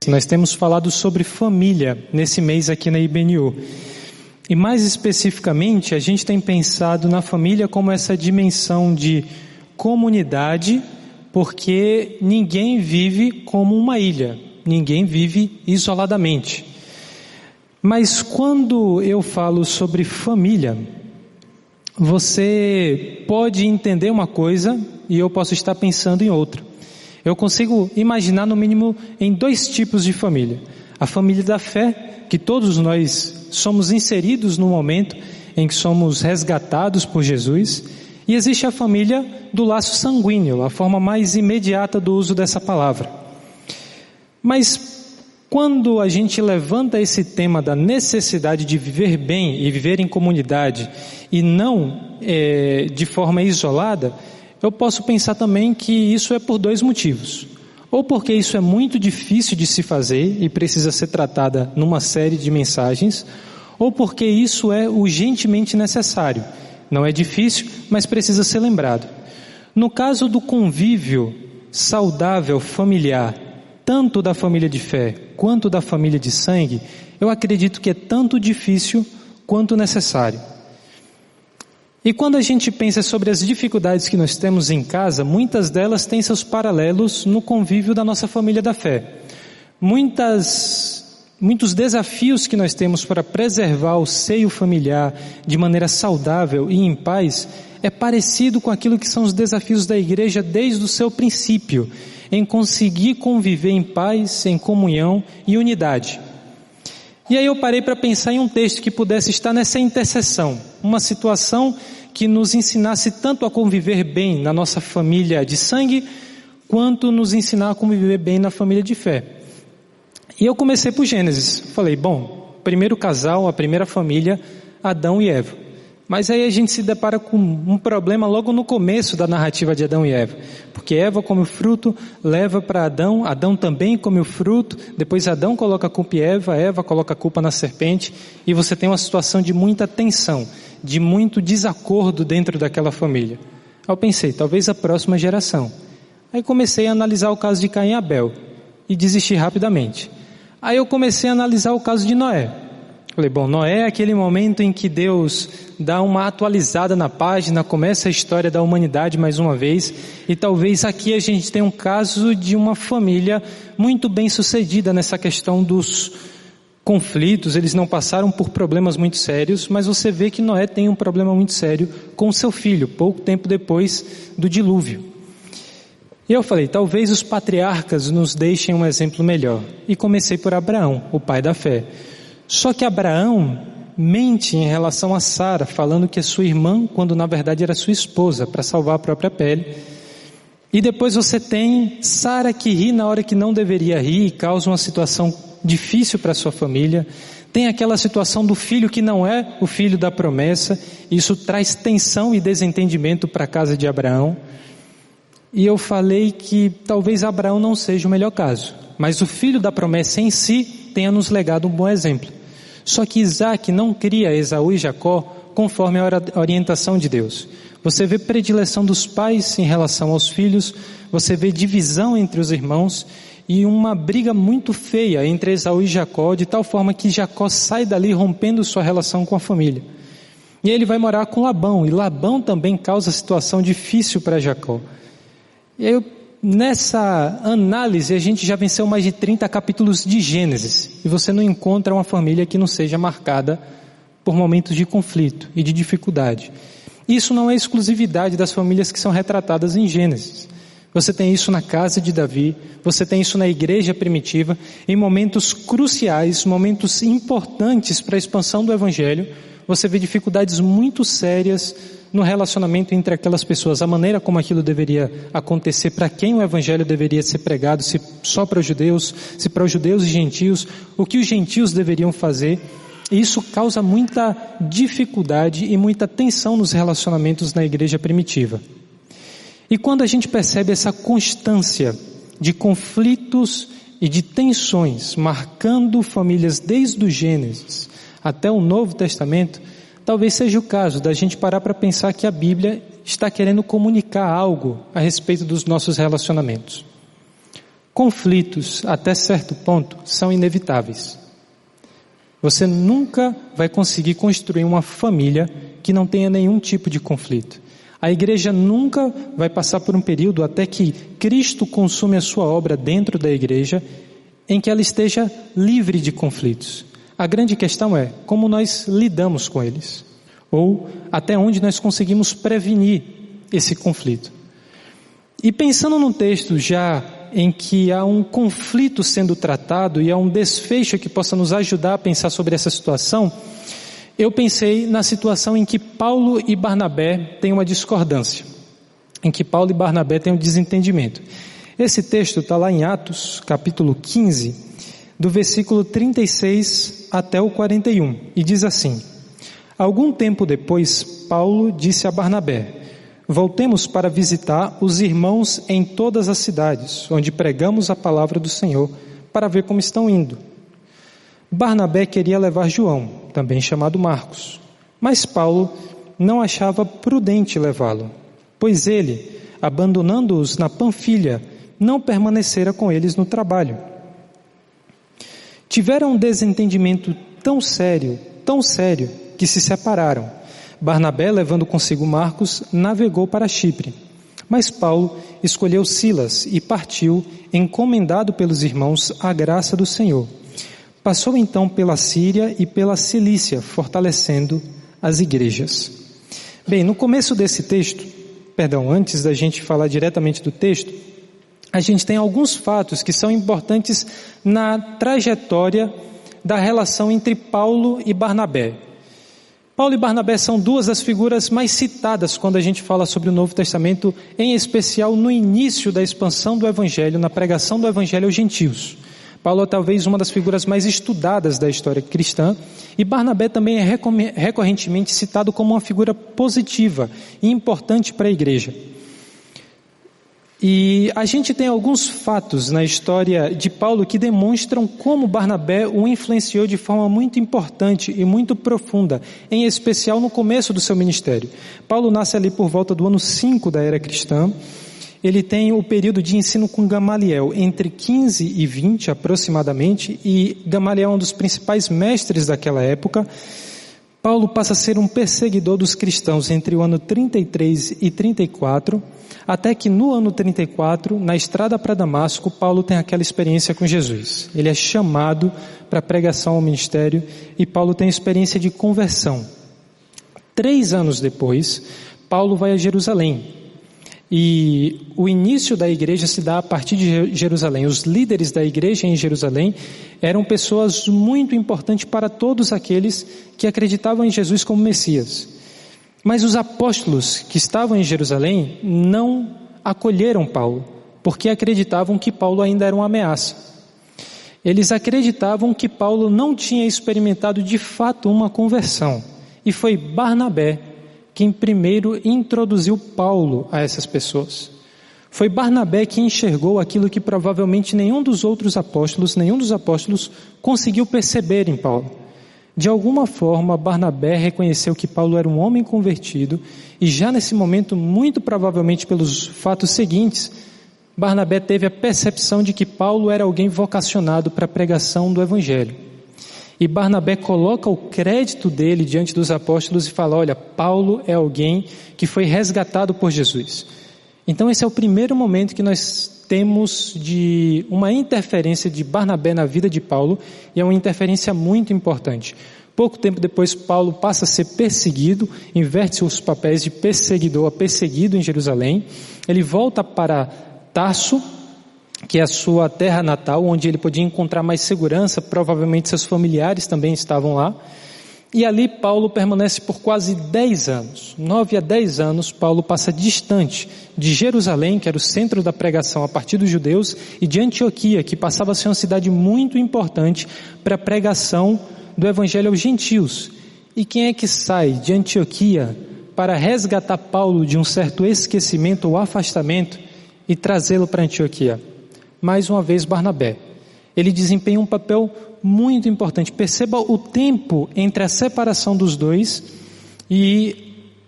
Nós temos falado sobre família nesse mês aqui na IBNU. E mais especificamente, a gente tem pensado na família como essa dimensão de comunidade, porque ninguém vive como uma ilha, ninguém vive isoladamente. Mas quando eu falo sobre família, você pode entender uma coisa e eu posso estar pensando em outra. Eu consigo imaginar no mínimo em 2 tipos de família. A família da fé, que todos nós somos inseridos no momento em que somos resgatados por Jesus, e existe a família do laço sanguíneo, a forma mais imediata do uso dessa palavra. Mas quando a gente levanta esse tema da necessidade de viver bem e viver em comunidade e não de forma isolada, eu posso pensar também que isso é por 2 motivos. Ou porque isso é muito difícil de se fazer e precisa ser tratada numa série de mensagens, ou porque isso é urgentemente necessário. Não é difícil, mas precisa ser lembrado. No caso do convívio saudável familiar, tanto da família de fé quanto da família de sangue, eu acredito que é tanto difícil quanto necessário. E quando a gente pensa sobre as dificuldades que nós temos em casa, muitas delas têm seus paralelos no convívio da nossa família da fé. Muitos desafios que nós temos para preservar o seio familiar de maneira saudável e em paz é parecido com aquilo que são os desafios da igreja desde o seu princípio, em conseguir conviver em paz, em comunhão e unidade. E aí eu parei para pensar em um texto que pudesse estar nessa interseção, uma situação que nos ensinasse tanto a conviver bem na nossa família de sangue, quanto nos ensinar a conviver bem na família de fé. E eu comecei por Gênesis. Falei, bom, primeiro casal, a primeira família, Adão e Eva. Mas aí a gente se depara com um problema logo no começo da narrativa de Adão e Eva. Porque Eva come o fruto, leva para Adão, Adão também come o fruto, depois Adão coloca a culpa em Eva, Eva coloca a culpa na serpente, e você tem uma situação de muita tensão, de muito desacordo dentro daquela família. Aí eu pensei, talvez a próxima geração. Aí comecei a analisar o caso de Caim e Abel, e desisti rapidamente. Aí eu comecei a analisar o caso de Noé. Falei, bom, Noé é aquele momento em que Deus dá uma atualizada na página, começa a história da humanidade mais uma vez, e talvez aqui a gente tenha um caso de uma família muito bem sucedida nessa questão dos conflitos. Eles não passaram por problemas muito sérios, mas você vê que Noé tem um problema muito sério com seu filho, pouco tempo depois do dilúvio. E eu falei, talvez os patriarcas nos deixem um exemplo melhor. E comecei por Abraão, o pai da fé. Só que Abraão mente em relação a Sara, falando que é sua irmã, quando na verdade era sua esposa, para salvar a própria pele. E depois você tem Sara que ri na hora que não deveria rir e causa uma situação difícil para sua família. Tem aquela situação do filho que não é o filho da promessa. Isso traz tensão e desentendimento para a casa de Abraão. E eu falei que talvez Abraão não seja o melhor caso, mas o filho da promessa em si tenha nos legado um bom exemplo. Só que Isaac não cria Esaú e Jacó conforme a orientação de Deus. Você vê predileção dos pais em relação aos filhos, você vê divisão entre os irmãos e uma briga muito feia entre Esaú e Jacó, de tal forma que Jacó sai dali rompendo sua relação com a família. E ele vai morar com Labão, e Labão também causa situação difícil para Jacó. E aí, nessa análise, a gente já venceu mais de 30 capítulos de Gênesis, e você não encontra uma família que não seja marcada por momentos de conflito e de dificuldade. Isso não é exclusividade das famílias que são retratadas em Gênesis. Você tem isso na casa de Davi, você tem isso na igreja primitiva, em momentos cruciais, momentos importantes para a expansão do Evangelho. Você vê dificuldades muito sérias no relacionamento entre aquelas pessoas, a maneira como aquilo deveria acontecer, para quem o Evangelho deveria ser pregado, se só para os judeus, se para os judeus e gentios, o que os gentios deveriam fazer. E isso causa muita dificuldade e muita tensão nos relacionamentos na igreja primitiva. E quando a gente percebe essa constância de conflitos e de tensões marcando famílias desde o Gênesis até o Novo Testamento, talvez seja o caso da gente parar para pensar que a Bíblia está querendo comunicar algo a respeito dos nossos relacionamentos. conflitos, até certo ponto, são inevitáveis. Você nunca vai conseguir construir uma família que não tenha nenhum tipo de conflito. A igreja nunca vai passar por um período até que Cristo consume a sua obra dentro da igreja, em que ela esteja livre de conflitos. A grande questão é como nós lidamos com eles, ou até onde nós conseguimos prevenir esse conflito. E pensando num texto já em que há um conflito sendo tratado e há um desfecho que possa nos ajudar a pensar sobre essa situação, eu pensei na situação em que Paulo e Barnabé têm uma discordância, em que Paulo e Barnabé têm um desentendimento. Esse texto está lá em Atos, capítulo 15, do versículo 36 até o 41, e diz assim: Algum tempo depois, Paulo disse a Barnabé: Voltemos para visitar os irmãos em todas as cidades, onde pregamos a palavra do Senhor, para ver como estão indo. Barnabé queria levar João, também chamado Marcos, mas Paulo não achava prudente levá-lo, pois ele, abandonando-os na Panfilha, não permanecera com eles no trabalho. Tiveram um desentendimento tão sério, que se separaram. Barnabé, levando consigo Marcos, navegou para Chipre. Mas Paulo escolheu Silas e partiu, encomendado pelos irmãos à graça do Senhor. Passou então pela Síria e pela Cilícia, fortalecendo as igrejas. Bem, no começo desse texto, antes da gente falar diretamente do texto, a gente tem alguns fatos que são importantes na trajetória da relação entre Paulo e Barnabé. Paulo e Barnabé são duas das figuras mais citadas quando a gente fala sobre o Novo Testamento, em especial no início da expansão do Evangelho, na pregação do Evangelho aos gentios. Paulo é talvez uma das figuras mais estudadas da história cristã, e Barnabé também é recorrentemente citado como uma figura positiva e importante para a igreja. E a gente tem alguns fatos na história de Paulo que demonstram como Barnabé o influenciou de forma muito importante e muito profunda, em especial no começo do seu ministério. Paulo nasce ali por volta do ano 5 da era cristã. Ele tem o período de ensino com Gamaliel, entre 15 e 20 aproximadamente, e Gamaliel é um dos principais mestres daquela época. Paulo passa a ser um perseguidor dos cristãos entre o ano 33 e 34, até que no ano 34, na estrada para Damasco, Paulo tem aquela experiência com Jesus. Ele é chamado para a pregação ao ministério e Paulo tem a experiência de conversão. 3 anos depois, Paulo vai a Jerusalém. E o início da igreja se dá a partir de Jerusalém. Os líderes da igreja em Jerusalém eram pessoas muito importantes para todos aqueles que acreditavam em Jesus como Messias. Mas os apóstolos que estavam em Jerusalém não acolheram Paulo, porque acreditavam que Paulo ainda era uma ameaça. Eles acreditavam que Paulo não tinha experimentado de fato uma conversão. E foi Barnabé quem primeiro introduziu Paulo a essas pessoas. Foi Barnabé que enxergou aquilo que provavelmente nenhum dos apóstolos conseguiu perceber em Paulo. De alguma forma, Barnabé reconheceu que Paulo era um homem convertido e já nesse momento, muito provavelmente pelos fatos seguintes, Barnabé teve a percepção de que Paulo era alguém vocacionado para a pregação do Evangelho. E Barnabé coloca o crédito dele diante dos apóstolos e fala: olha, Paulo é alguém que foi resgatado por Jesus. Então esse é o primeiro momento que nós temos de uma interferência de Barnabé na vida de Paulo, e é uma interferência muito importante. Pouco tempo depois, Paulo passa a ser perseguido, inverte os papéis de perseguidor a perseguido em Jerusalém. Ele volta para Tarso, que é a sua terra natal, onde ele podia encontrar mais segurança, provavelmente seus familiares também estavam lá. E ali Paulo permanece por quase 10 anos, 9 a 10 anos, Paulo passa distante de Jerusalém, que era o centro da pregação a partir dos judeus, e de Antioquia, que passava a ser uma cidade muito importante para a pregação do evangelho aos gentios. E quem é que sai de Antioquia para resgatar Paulo de um certo esquecimento ou afastamento e trazê-lo para Antioquia? Mais uma vez Barnabé. Ele desempenha um papel muito importante. Perceba o tempo entre a separação dos dois e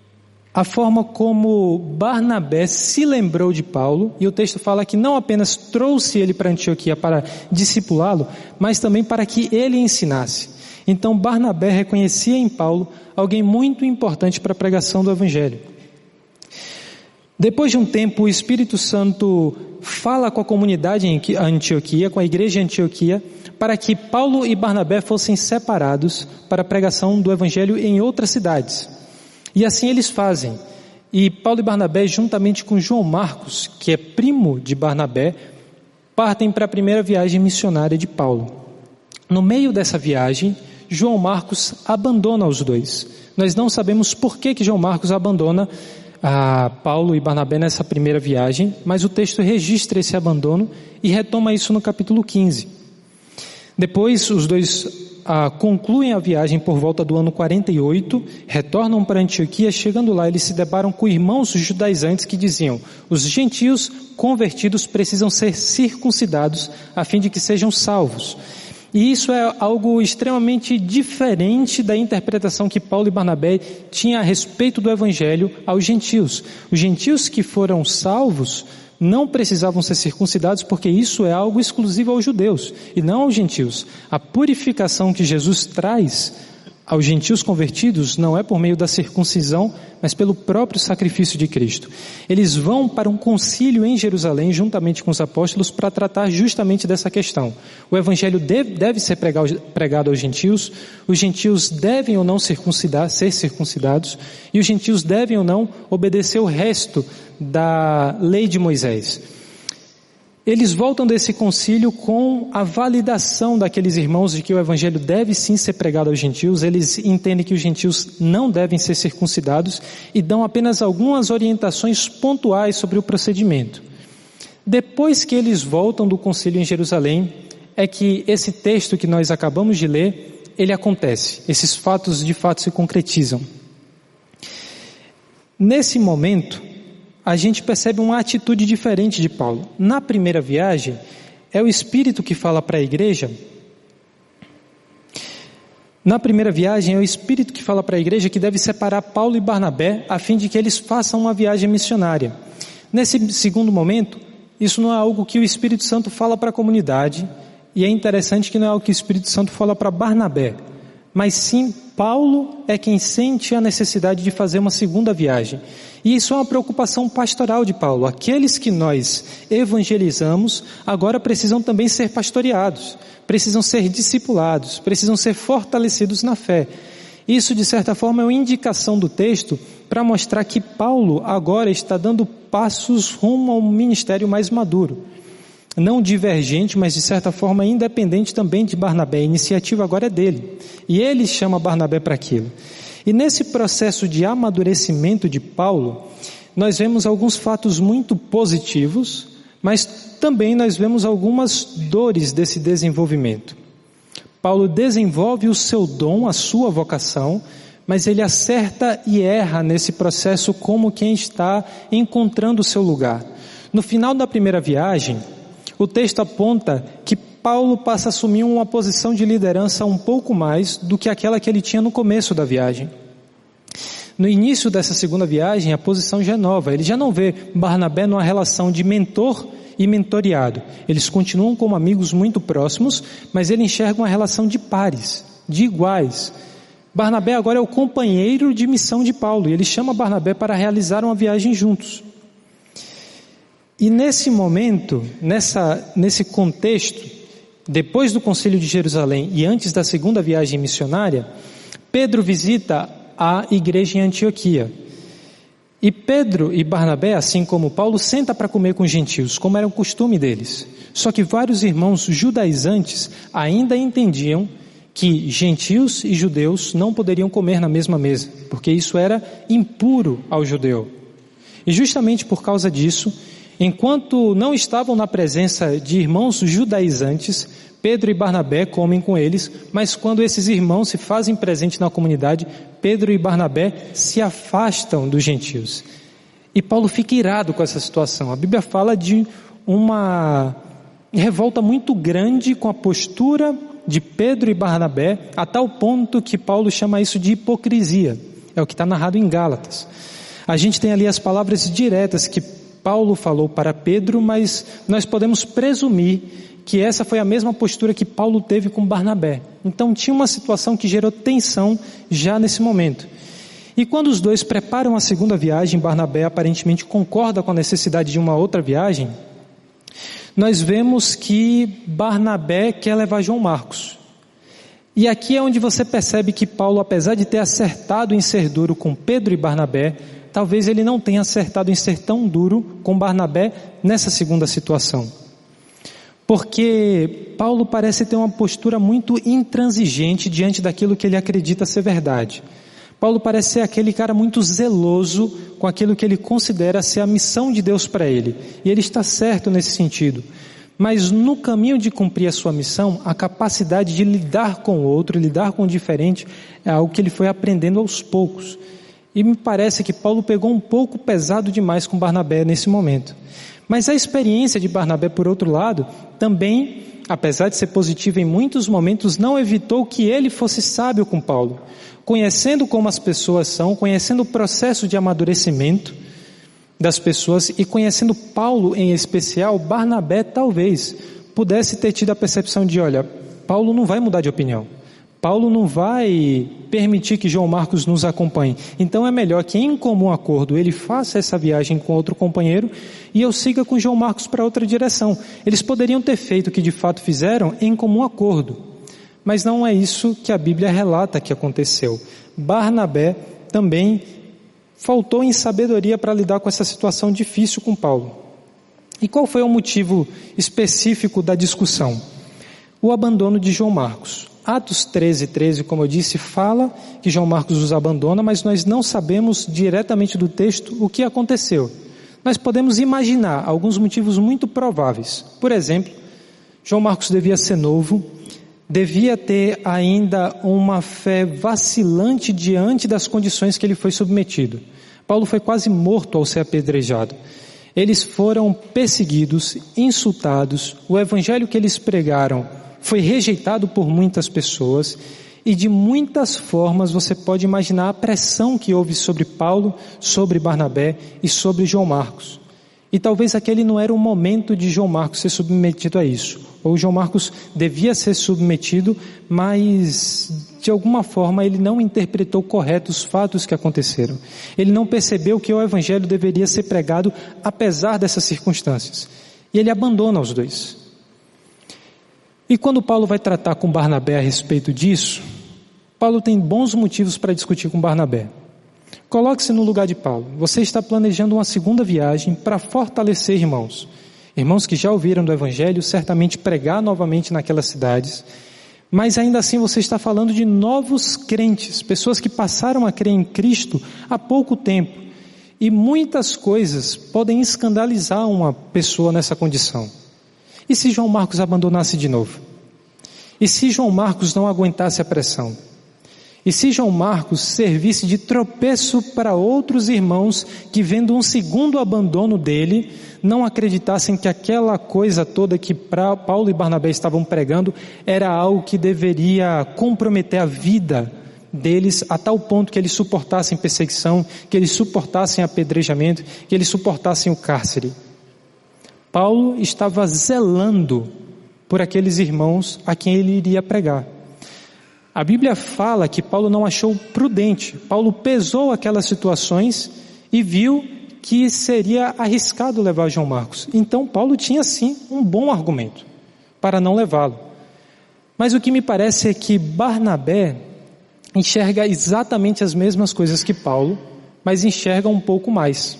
a forma como Barnabé se lembrou de Paulo, e o texto fala que não apenas trouxe ele para Antioquia para discipulá-lo, mas também para que ele ensinasse. Então Barnabé reconhecia em Paulo alguém muito importante para a pregação do Evangelho. Depois de um tempo, o Espírito Santo fala com a comunidade em Antioquia, com a igreja em Antioquia, para que Paulo e Barnabé fossem separados para a pregação do Evangelho em outras cidades. E assim eles fazem. E Paulo e Barnabé, juntamente com João Marcos, que é primo de Barnabé, partem para a primeira viagem missionária de Paulo. No meio dessa viagem, João Marcos abandona os dois. Nós não sabemos por que João Marcos abandona Paulo e Barnabé nessa primeira viagem, mas o texto registra esse abandono e retoma isso no capítulo 15. Depois, os dois concluem a viagem por volta do ano 48, retornam para Antioquia. Chegando lá, eles se deparam com irmãos judaizantes que diziam: os gentios convertidos precisam ser circuncidados a fim de que sejam salvos. E isso é algo extremamente diferente da interpretação que Paulo e Barnabé tinham a respeito do Evangelho aos gentios. Os gentios que foram salvos não precisavam ser circuncidados, porque isso é algo exclusivo aos judeus e não aos gentios. A purificação que Jesus traz aos gentios convertidos não é por meio da circuncisão, mas pelo próprio sacrifício de Cristo. Eles vão para um concílio em Jerusalém, juntamente com os apóstolos, para tratar justamente dessa questão. O Evangelho deve ser pregado aos gentios, os gentios devem ou não ser circuncidados, e os gentios devem ou não obedecer o resto da lei de Moisés. Eles voltam desse concílio com a validação daqueles irmãos de que o Evangelho deve sim ser pregado aos gentios. Eles entendem que os gentios não devem ser circuncidados e dão apenas algumas orientações pontuais sobre o procedimento. Depois que eles voltam do concílio em Jerusalém, é que esse texto que nós acabamos de ler, ele acontece. Esses fatos de fato se concretizam. Nesse momento, a gente percebe uma atitude diferente de Paulo. Na primeira viagem, é o Espírito que fala para a igreja. Na primeira viagem, é o Espírito que fala para a igreja que deve separar Paulo e Barnabé a fim de que eles façam uma viagem missionária. Nesse segundo momento, isso não é algo que o Espírito Santo fala para a comunidade, e é interessante que não é algo que o Espírito Santo fala para Barnabé, mas sim Paulo é quem sente a necessidade de fazer uma segunda viagem. E isso é uma preocupação pastoral de Paulo. Aqueles que nós evangelizamos agora precisam também ser pastoreados, precisam ser discipulados, precisam ser fortalecidos na fé. Isso, de certa forma, é uma indicação do texto para mostrar que Paulo agora está dando passos rumo a um ministério mais maduro. Não divergente, mas de certa forma independente também de Barnabé. A iniciativa agora é dele. E ele chama Barnabé para aquilo. E nesse processo de amadurecimento de Paulo, nós vemos alguns fatos muito positivos, mas também nós vemos algumas dores desse desenvolvimento. Paulo desenvolve o seu dom, a sua vocação, mas ele acerta e erra nesse processo como quem está encontrando o seu lugar. No final da primeira viagem, o texto aponta que Paulo passa a assumir uma posição de liderança um pouco mais do que aquela que ele tinha no começo da viagem. No início dessa segunda viagem, a posição já é nova. Ele já não vê Barnabé numa relação de mentor e mentoreado. Eles continuam como amigos muito próximos, mas ele enxerga uma relação de pares, de iguais. Barnabé agora é o companheiro de missão de Paulo, e ele chama Barnabé para realizar uma viagem juntos. E nesse momento, nesse contexto, depois do concílio de Jerusalém e antes da segunda viagem missionária, Pedro visita a igreja em Antioquia. E Pedro e Barnabé, assim como Paulo, senta para comer com os gentios, como era o costume deles. Só que vários irmãos judaizantes ainda entendiam que gentios e judeus não poderiam comer na mesma mesa, porque isso era impuro ao judeu. E justamente por causa disso, enquanto não estavam na presença de irmãos judaizantes, Pedro e Barnabé comem com eles, mas quando esses irmãos se fazem presente na comunidade, Pedro e Barnabé se afastam dos gentios. E Paulo fica irado com essa situação. A Bíblia fala de uma revolta muito grande com a postura de Pedro e Barnabé, a tal ponto que Paulo chama isso de hipocrisia. É o que está narrado em Gálatas. A gente tem ali as palavras diretas que Paulo falou para Pedro, mas nós podemos presumir que essa foi a mesma postura que Paulo teve com Barnabé. Então tinha uma situação que gerou tensão já nesse momento. E quando os dois preparam a segunda viagem, Barnabé aparentemente concorda com a necessidade de uma outra viagem, nós vemos que Barnabé quer levar João Marcos. E aqui é onde você percebe que Paulo, apesar de ter acertado em ser duro com Pedro e Barnabé, talvez ele não tenha acertado em ser tão duro com Barnabé nessa segunda situação. Porque Paulo parece ter uma postura muito intransigente diante daquilo que ele acredita ser verdade. Paulo parece ser aquele cara muito zeloso com aquilo que ele considera ser a missão de Deus para ele. E ele está certo nesse sentido. Mas no caminho de cumprir a sua missão, a capacidade de lidar com o outro, lidar com o diferente, é algo que ele foi aprendendo aos poucos. E me parece que Paulo pegou um pouco pesado demais com Barnabé nesse momento. Mas a experiência de Barnabé, por outro lado, também, apesar de ser positiva em muitos momentos, não evitou que ele fosse sábio com Paulo. Conhecendo como as pessoas são, conhecendo o processo de amadurecimento das pessoas e conhecendo Paulo em especial, Barnabé talvez pudesse ter tido a percepção de, olha, Paulo não vai mudar de opinião. Paulo não vai permitir que João Marcos nos acompanhe. Então é melhor que em comum acordo ele faça essa viagem com outro companheiro e eu siga com João Marcos para outra direção. Eles poderiam ter feito o que de fato fizeram em comum acordo. Mas não é isso que a Bíblia relata que aconteceu. Barnabé também faltou em sabedoria para lidar com essa situação difícil com Paulo. E qual foi o motivo específico da discussão? O abandono de João Marcos. Atos 13, como eu disse, fala que João Marcos os abandona, mas nós não sabemos diretamente do texto o que aconteceu. Nós podemos imaginar alguns motivos muito prováveis. Por exemplo, João Marcos devia ser novo, devia ter ainda uma fé vacilante diante das condições que ele foi submetido. Paulo foi quase morto ao ser apedrejado. Eles foram perseguidos, insultados, o evangelho que eles pregaram foi rejeitado por muitas pessoas e de muitas formas você pode imaginar a pressão que houve sobre Paulo, sobre Barnabé e sobre João Marcos. E talvez aquele não era o momento de João Marcos ser submetido a isso. Ou João Marcos devia ser submetido, mas de alguma forma ele não interpretou correto os fatos que aconteceram. Ele não percebeu que o evangelho deveria ser pregado apesar dessas circunstâncias. E ele abandona os dois. E quando Paulo vai tratar com Barnabé a respeito disso, Paulo tem bons motivos para discutir com Barnabé. Coloque-se no lugar de Paulo. Você está planejando uma segunda viagem para fortalecer irmãos. Irmãos que já ouviram do Evangelho, certamente pregar novamente naquelas cidades. Mas ainda assim você está falando de novos crentes, pessoas que passaram a crer em Cristo há pouco tempo. E muitas coisas podem escandalizar uma pessoa nessa condição. E se João Marcos abandonasse de novo? E se João Marcos não aguentasse a pressão? E se João Marcos servisse de tropeço para outros irmãos que, vendo um segundo abandono dele, não acreditassem que aquela coisa toda que Paulo e Barnabé estavam pregando era algo que deveria comprometer a vida deles a tal ponto que eles suportassem perseguição, que eles suportassem apedrejamento, que eles suportassem o cárcere? Paulo estava zelando por aqueles irmãos a quem ele iria pregar. A Bíblia fala que Paulo não achou prudente. Paulo pesou aquelas situações e viu que seria arriscado levar João Marcos. Então Paulo tinha sim um bom argumento para não levá-lo. Mas o que me parece é que Barnabé enxerga exatamente as mesmas coisas que Paulo, mas enxerga um pouco mais.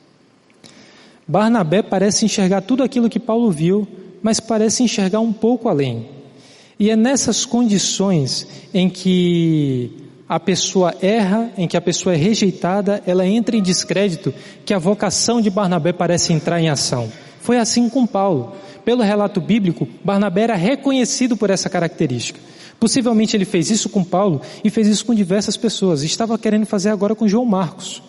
Barnabé parece enxergar tudo aquilo que Paulo viu, mas parece enxergar um pouco além. E é nessas condições em que a pessoa erra, em que a pessoa é rejeitada, ela entra em descrédito, que a vocação de Barnabé parece entrar em ação. Foi assim com Paulo. Pelo relato bíblico, Barnabé era reconhecido por essa característica. Possivelmente ele fez isso com Paulo e fez isso com diversas pessoas. Estava querendo fazer agora com João Marcos.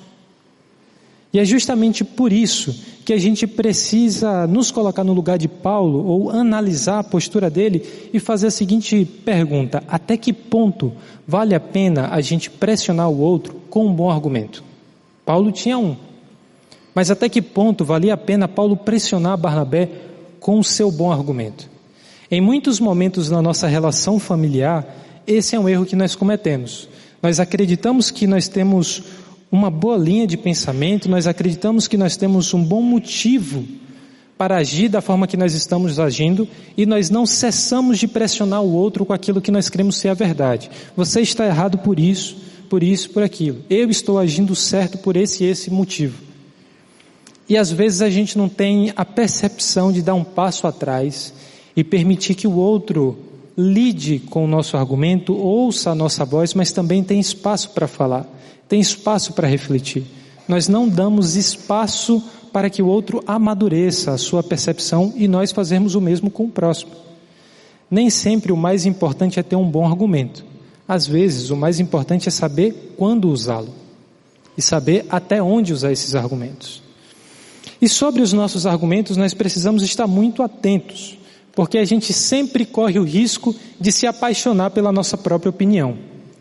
E é justamente por isso que a gente precisa nos colocar no lugar de Paulo ou analisar a postura dele e fazer a seguinte pergunta: até que ponto vale a pena a gente pressionar o outro com um bom argumento? Paulo tinha um. Mas até que ponto valia a pena Paulo pressionar Barnabé com o seu bom argumento? Em muitos momentos na nossa relação familiar, esse é um erro que nós cometemos. Nós acreditamos que nós temos uma boa linha de pensamento, nós acreditamos que nós temos um bom motivo para agir da forma que nós estamos agindo, e nós não cessamos de pressionar o outro com aquilo que nós cremos ser a verdade. Você está errado por isso, por aquilo. Eu estou agindo certo por esse e esse motivo. E às vezes a gente não tem a percepção de dar um passo atrás e permitir que o outro lide com o nosso argumento, ouça a nossa voz, mas também tem espaço para falar, tem espaço para refletir. Nós não damos espaço para que o outro amadureça a sua percepção e nós fazermos o mesmo com o próximo. Nem sempre o mais importante é ter um bom argumento. Às vezes o mais importante é saber quando usá-lo e saber até onde usar esses argumentos. E sobre os nossos argumentos nós precisamos estar muito atentos, porque a gente sempre corre o risco de se apaixonar pela nossa própria opinião.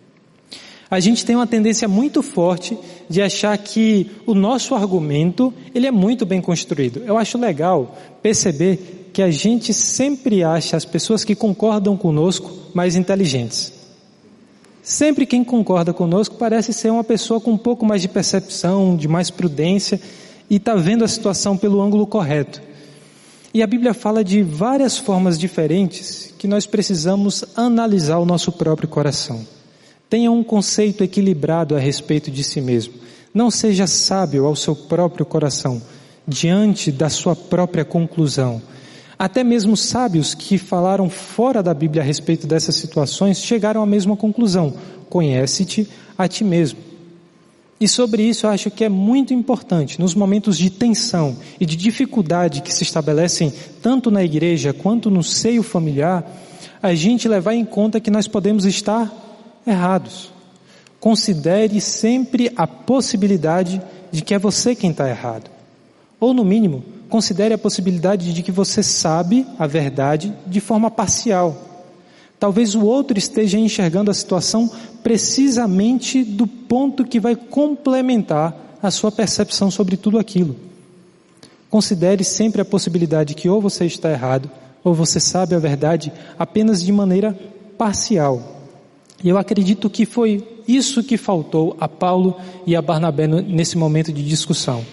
A gente tem uma tendência muito forte de achar que o nosso argumento, ele é muito bem construído. Eu acho legal perceber que a gente sempre acha as pessoas que concordam conosco mais inteligentes. Sempre quem concorda conosco parece ser uma pessoa com um pouco mais de percepção, de mais prudência, e está vendo a situação pelo ângulo correto. E a Bíblia fala de várias formas diferentes que nós precisamos analisar o nosso próprio coração. Tenha um conceito equilibrado a respeito de si mesmo. Não seja sábio ao seu próprio coração, diante da sua própria conclusão. Até mesmo sábios que falaram fora da Bíblia a respeito dessas situações chegaram à mesma conclusão: conhece-te a ti mesmo. E sobre isso eu acho que é muito importante, nos momentos de tensão e de dificuldade que se estabelecem tanto na igreja quanto no seio familiar, a gente levar em conta que nós podemos estar errados. Considere sempre a possibilidade de que é você quem está errado. Ou no mínimo, considere a possibilidade de que você sabe a verdade de forma parcial. Talvez o outro esteja enxergando a situação precisamente do ponto que vai complementar a sua percepção sobre tudo aquilo. Considere sempre a possibilidade que ou você está errado, ou você sabe a verdade apenas de maneira parcial. E eu acredito que foi isso que faltou a Paulo e a Barnabé nesse momento de discussão.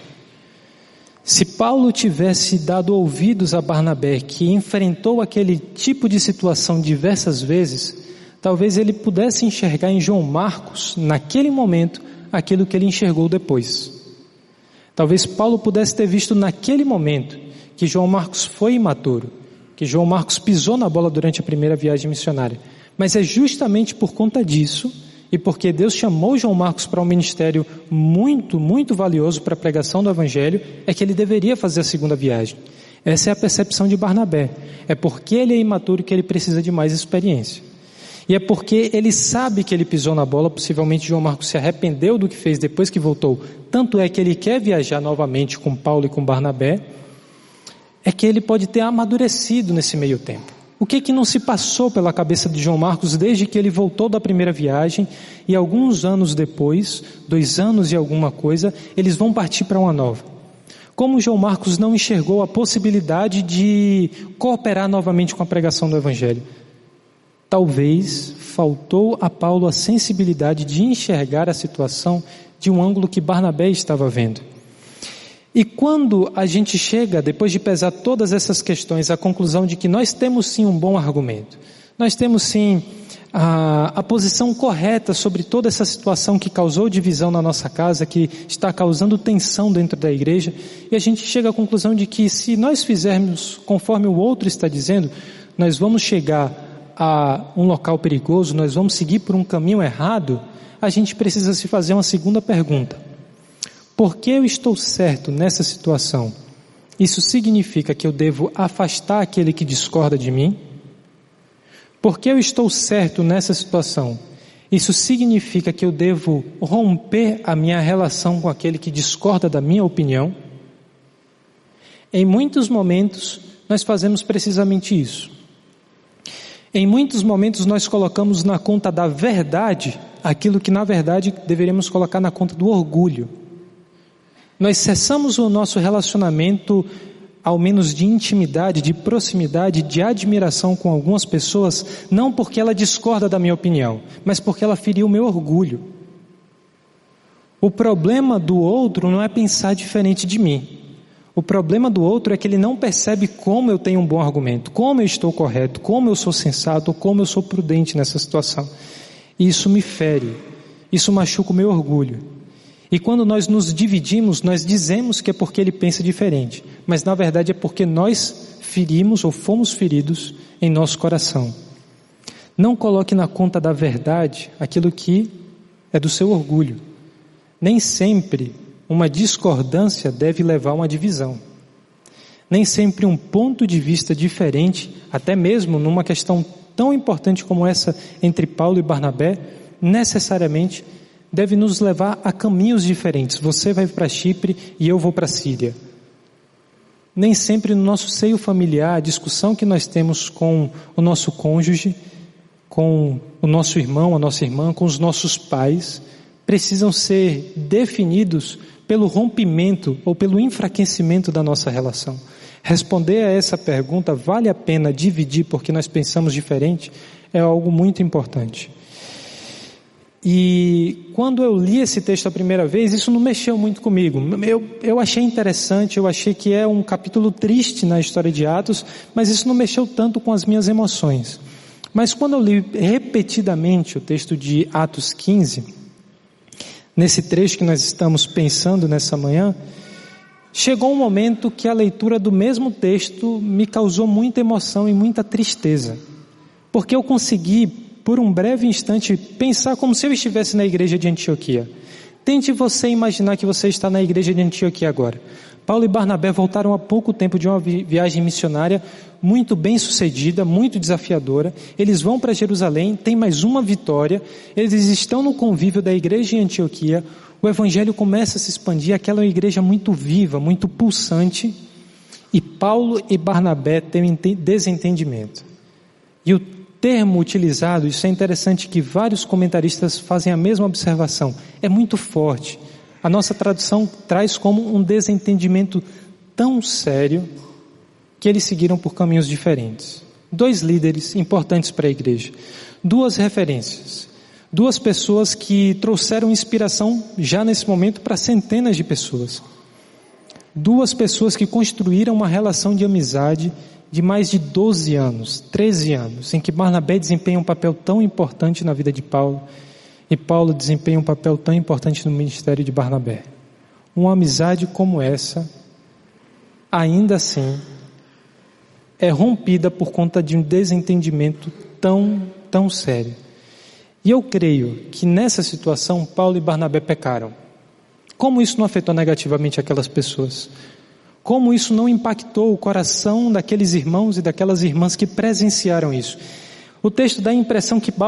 Se Paulo tivesse dado ouvidos a Barnabé, que enfrentou aquele tipo de situação diversas vezes, talvez ele pudesse enxergar em João Marcos, naquele momento, aquilo que ele enxergou depois. Talvez Paulo pudesse ter visto naquele momento que João Marcos foi imaturo, que João Marcos pisou na bola durante a primeira viagem missionária. Mas é justamente por conta disso, e porque Deus chamou João Marcos para um ministério muito, muito valioso para a pregação do Evangelho, é que ele deveria fazer a segunda viagem. Essa é a percepção de Barnabé. É porque ele é imaturo que ele precisa de mais experiência. E é porque ele sabe que ele pisou na bola, possivelmente João Marcos se arrependeu do que fez depois que voltou. Tanto é que ele quer viajar novamente com Paulo e com Barnabé, é que ele pode ter amadurecido nesse meio tempo. O que não se passou pela cabeça de João Marcos desde que ele voltou da primeira viagem e alguns anos depois, 2 anos e alguma coisa, eles vão partir para uma nova? Como João Marcos não enxergou a possibilidade de cooperar novamente com a pregação do Evangelho? Talvez faltou a Paulo a sensibilidade de enxergar a situação de um ângulo que Barnabé estava vendo. E quando a gente chega, depois de pesar todas essas questões, à conclusão de que nós temos sim um bom argumento, nós temos sim a posição correta sobre toda essa situação que causou divisão na nossa casa, que está causando tensão dentro da igreja, e a gente chega à conclusão de que se nós fizermos conforme o outro está dizendo, nós vamos chegar a um local perigoso, nós vamos seguir por um caminho errado, a gente precisa se fazer uma segunda pergunta. Por que eu estou certo nessa situação? Isso significa que eu devo afastar aquele que discorda de mim? Por que eu estou certo nessa situação? Isso significa que eu devo romper a minha relação com aquele que discorda da minha opinião? Em muitos momentos, nós fazemos precisamente isso. Em muitos momentos, nós colocamos na conta da verdade aquilo que, na verdade, deveríamos colocar na conta do orgulho. Nós cessamos o nosso relacionamento, ao menos de intimidade, de proximidade, de admiração com algumas pessoas, não porque ela discorda da minha opinião, mas porque ela feriu o meu orgulho. O problema do outro não é pensar diferente de mim. O problema do outro é que ele não percebe como eu tenho um bom argumento, como eu estou correto, como eu sou sensato, como eu sou prudente nessa situação. E isso me fere, isso machuca o meu orgulho. E quando nós nos dividimos, nós dizemos que é porque ele pensa diferente, mas na verdade é porque nós ferimos ou fomos feridos em nosso coração. Não coloque na conta da verdade aquilo que é do seu orgulho. Nem sempre uma discordância deve levar a uma divisão. Nem sempre um ponto de vista diferente, até mesmo numa questão tão importante como essa entre Paulo e Barnabé, necessariamente deve nos levar a caminhos diferentes. Você vai para Chipre e eu vou para a Síria. Nem sempre no nosso seio familiar, a discussão que nós temos com o nosso cônjuge, com o nosso irmão, a nossa irmã, com os nossos pais, precisam ser definidos pelo rompimento ou pelo enfraquecimento da nossa relação. Responder a essa pergunta, vale a pena dividir porque nós pensamos diferente, é algo muito importante. E quando eu li esse texto a primeira vez, isso não mexeu muito comigo. Eu achei interessante, eu achei que é um capítulo triste na história de Atos, mas isso não mexeu tanto com as minhas emoções. Mas quando eu li repetidamente o texto de Atos 15, nesse trecho que nós estamos pensando nessa manhã, chegou um momento que a leitura do mesmo texto me causou muita emoção e muita tristeza. Porque eu consegui, por um breve instante, pensar como se eu estivesse na igreja de Antioquia. Tente você imaginar que você está na igreja de Antioquia agora. Paulo e Barnabé voltaram há pouco tempo de uma viagem missionária muito bem sucedida, muito desafiadora. Eles vão para Jerusalém, tem mais uma vitória, eles estão no convívio da igreja em Antioquia, o evangelho começa a se expandir, aquela igreja muito viva, muito pulsante, e Paulo e Barnabé têm um desentendimento. E o termo utilizado, isso é interessante que vários comentaristas fazem a mesma observação, é muito forte. A nossa tradução traz como um desentendimento tão sério que eles seguiram por caminhos diferentes. 2 líderes importantes para a igreja, 2 referências, 2 pessoas que trouxeram inspiração já nesse momento para centenas de pessoas. 2 pessoas que construíram uma relação de amizade de mais de 12 anos, 13 anos, em que Barnabé desempenha um papel tão importante na vida de Paulo e Paulo desempenha um papel tão importante no ministério de Barnabé. Uma amizade como essa, ainda assim, é rompida por conta de um desentendimento tão sério. E eu creio que nessa situação Paulo e Barnabé pecaram. Como isso não afetou negativamente aquelas pessoas? Como isso não impactou o coração daqueles irmãos e daquelas irmãs que presenciaram isso? O texto dá a impressão que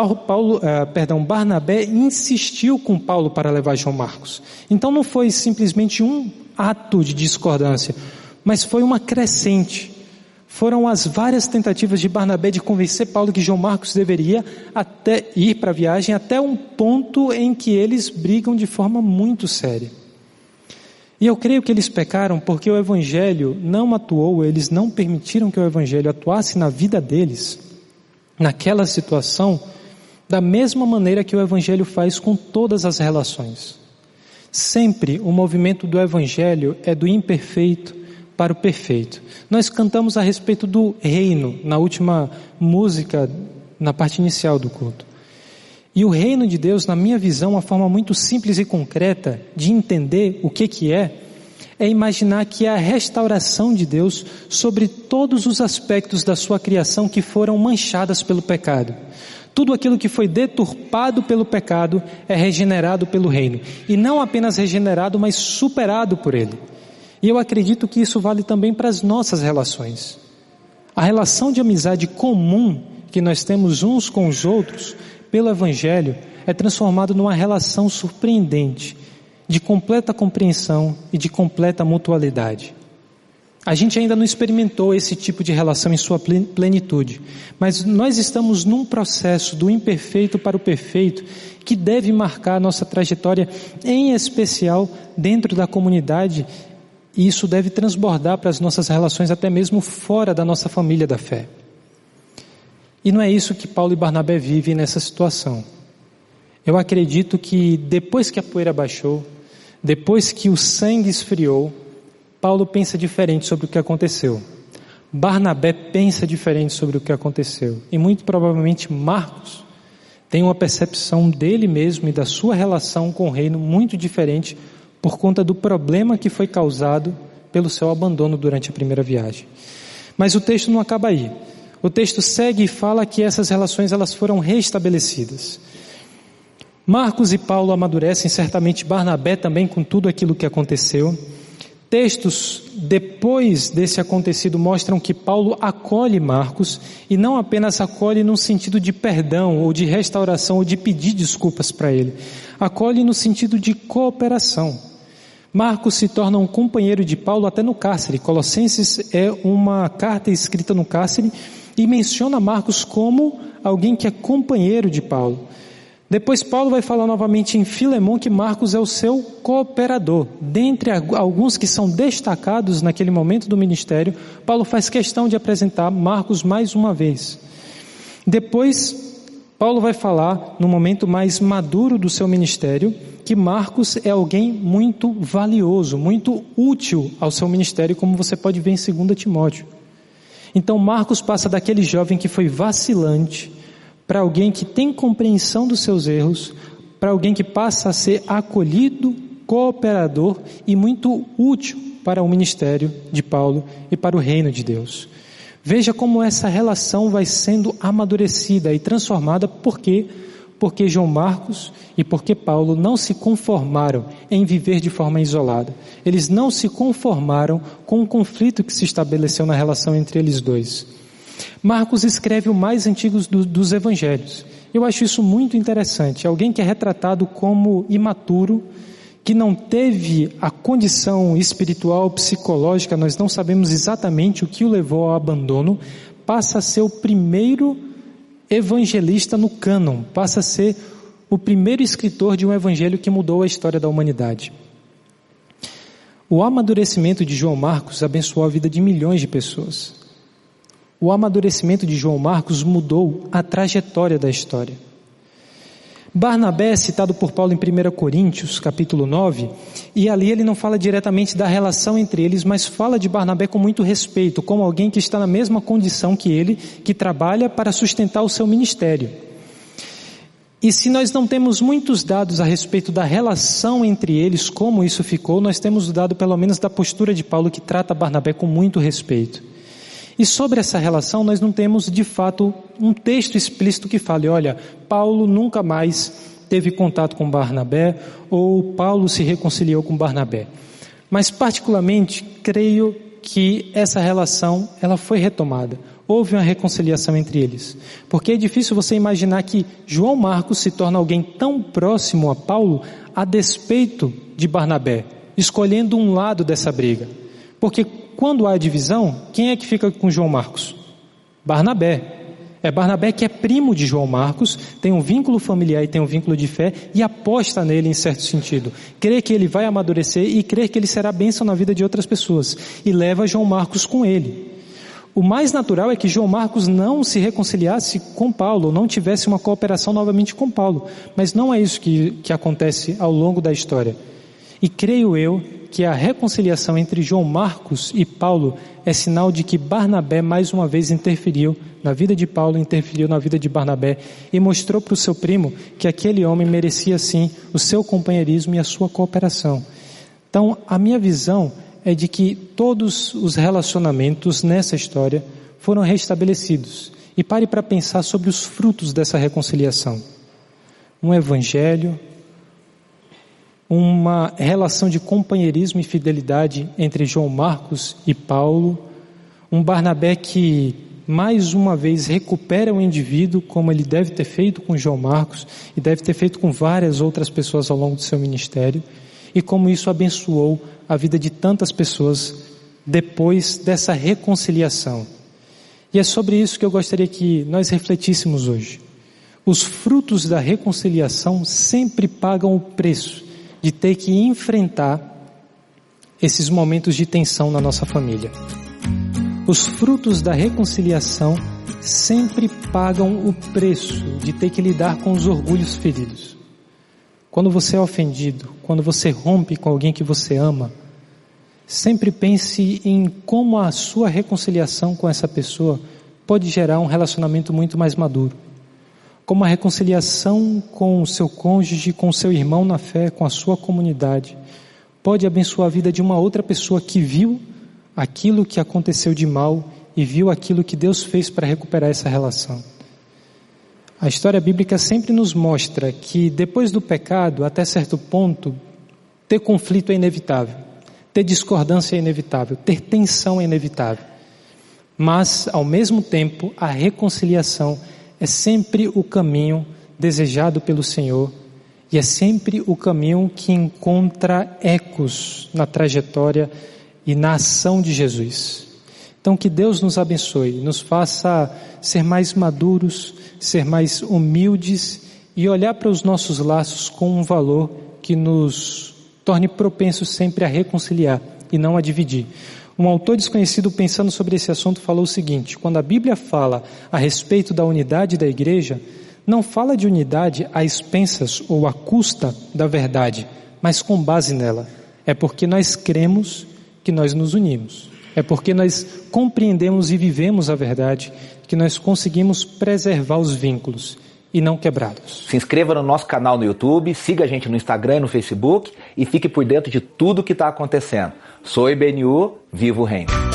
Barnabé insistiu com Paulo para levar João Marcos. Então não foi simplesmente um ato de discordância, mas foi uma crescente. Foram as várias tentativas de Barnabé de convencer Paulo que João Marcos deveria até ir para a viagem, até um ponto em que eles brigam de forma muito séria. E eu creio que eles pecaram porque o Evangelho não atuou, eles não permitiram que o Evangelho atuasse na vida deles, naquela situação, da mesma maneira que o Evangelho faz com todas as relações. Sempre o movimento do Evangelho é do imperfeito para o perfeito. Nós cantamos a respeito do reino, na última música, na parte inicial do culto. E o reino de Deus, na minha visão, uma forma muito simples e concreta de entender o que é imaginar que é a restauração de Deus sobre todos os aspectos da sua criação que foram manchadas pelo pecado. Tudo aquilo que foi deturpado pelo pecado é regenerado pelo reino. E não apenas regenerado, mas superado por ele. E eu acredito que isso vale também para as nossas relações. A relação de amizade comum que nós temos uns com os outros, pelo Evangelho, é transformado numa relação surpreendente, de completa compreensão e de completa mutualidade. A gente ainda não experimentou esse tipo de relação em sua plenitude, mas nós estamos num processo do imperfeito para o perfeito que deve marcar a nossa trajetória, em especial dentro da comunidade, e isso deve transbordar para as nossas relações até mesmo fora da nossa família da fé. E não é isso que Paulo e Barnabé vivem nessa situação. Eu acredito que depois que a poeira baixou, depois que o sangue esfriou, Paulo pensa diferente sobre o que aconteceu. Barnabé pensa diferente sobre o que aconteceu. E muito provavelmente Marcos tem uma percepção dele mesmo e da sua relação com o reino muito diferente por conta do problema que foi causado pelo seu abandono durante a primeira viagem. Mas o texto não acaba aí. O texto segue e fala que essas relações elas foram restabelecidas. Marcos e Paulo amadurecem, certamente Barnabé também, com tudo aquilo que aconteceu. Textos depois desse acontecido mostram que Paulo acolhe Marcos, e não apenas acolhe no sentido de perdão ou de restauração ou de pedir desculpas para ele. Acolhe no sentido de cooperação. Marcos se torna um companheiro de Paulo até no cárcere. Colossenses é uma carta escrita no cárcere e menciona Marcos como alguém que é companheiro de Paulo. Depois Paulo vai falar novamente em Filemão que Marcos é o seu cooperador. Dentre alguns que são destacados naquele momento do ministério, Paulo faz questão de apresentar Marcos mais uma vez. Depois, Paulo vai falar, no momento mais maduro do seu ministério, que Marcos é alguém muito valioso, muito útil ao seu ministério, como você pode ver em 2 Timóteo. Então Marcos passa daquele jovem que foi vacilante, para alguém que tem compreensão dos seus erros, para alguém que passa a ser acolhido, cooperador e muito útil para o ministério de Paulo e para o reino de Deus. Veja como essa relação vai sendo amadurecida e transformada. Por quê? Porque João Marcos e porque Paulo não se conformaram em viver de forma isolada. Eles não se conformaram com o conflito que se estabeleceu na relação entre eles dois. Marcos escreve o mais antigo dos evangelhos. Eu acho isso muito interessante. Alguém que é retratado como imaturo, que não teve a condição espiritual, psicológica, nós não sabemos exatamente o que o levou ao abandono, passa a ser o primeiro evangelista no cânon, passa a ser o primeiro escritor de um evangelho que mudou a história da humanidade. O amadurecimento de João Marcos abençoou a vida de milhões de pessoas. O amadurecimento de João Marcos mudou a trajetória da história. Barnabé é citado por Paulo em 1 Coríntios, capítulo 9, e ali ele não fala diretamente da relação entre eles, mas fala de Barnabé com muito respeito, como alguém que está na mesma condição que ele, que trabalha para sustentar o seu ministério. E se nós não temos muitos dados a respeito da relação entre eles, como isso ficou, nós temos o dado pelo menos da postura de Paulo, que trata Barnabé com muito respeito. E sobre essa relação nós não temos de fato um texto explícito que fale, olha, Paulo nunca mais teve contato com Barnabé, ou Paulo se reconciliou com Barnabé. Mas particularmente creio que essa relação ela foi retomada. Houve uma reconciliação entre eles. Porque é difícil você imaginar que João Marcos se torna alguém tão próximo a Paulo a despeito de Barnabé, escolhendo um lado dessa briga. Porque quando há divisão, quem é que fica com João Marcos? Barnabé. É Barnabé que é primo de João Marcos, tem um vínculo familiar e tem um vínculo de fé e aposta nele em certo sentido. Crê que ele vai amadurecer e crê que ele será bênção na vida de outras pessoas. E leva João Marcos com ele. O mais natural é que João Marcos não se reconciliasse com Paulo, não tivesse uma cooperação novamente com Paulo. Mas não é isso que acontece ao longo da história. E creio eu que a reconciliação entre João Marcos e Paulo é sinal de que Barnabé mais uma vez interferiu na vida de Paulo, interferiu na vida de Barnabé e mostrou para o seu primo que aquele homem merecia sim o seu companheirismo e a sua cooperação. Então a minha visão é de que todos os relacionamentos nessa história foram restabelecidos. E pare para pensar sobre os frutos dessa reconciliação. Um evangelho, uma relação de companheirismo e fidelidade entre João Marcos e Paulo, um Barnabé que mais uma vez recupera o indivíduo como ele deve ter feito com João Marcos e deve ter feito com várias outras pessoas ao longo do seu ministério, e como isso abençoou a vida de tantas pessoas depois dessa reconciliação. E é sobre isso que eu gostaria que nós refletíssemos hoje. Os frutos da reconciliação sempre pagam o preço de ter que enfrentar esses momentos de tensão na nossa família. Os frutos da reconciliação sempre pagam o preço de ter que lidar com os orgulhos feridos. Quando você é ofendido, quando você rompe com alguém que você ama, sempre pense em como a sua reconciliação com essa pessoa pode gerar um relacionamento muito mais maduro. Como a reconciliação com o seu cônjuge, com o seu irmão na fé, com a sua comunidade, pode abençoar a vida de uma outra pessoa que viu aquilo que aconteceu de mal e viu aquilo que Deus fez para recuperar essa relação. A história bíblica sempre nos mostra que depois do pecado, até certo ponto, ter conflito é inevitável, ter discordância é inevitável, ter tensão é inevitável. Mas, ao mesmo tempo, a reconciliação é sempre o caminho desejado pelo Senhor e é sempre o caminho que encontra ecos na trajetória e na ação de Jesus. Então, que Deus nos abençoe, nos faça ser mais maduros, ser mais humildes e olhar para os nossos laços com um valor que nos torne propensos sempre a reconciliar e não a dividir. Um autor desconhecido, pensando sobre esse assunto, falou o seguinte: quando a Bíblia fala a respeito da unidade da igreja, não fala de unidade às expensas ou à custa da verdade, mas com base nela. É porque nós cremos que nós nos unimos. É porque nós compreendemos e vivemos a verdade que nós conseguimos preservar os vínculos e não quebrá-los. Se inscreva no nosso canal no YouTube, siga a gente no Instagram e no Facebook e fique por dentro de tudo que está acontecendo. Sou IBNU, viva o reino.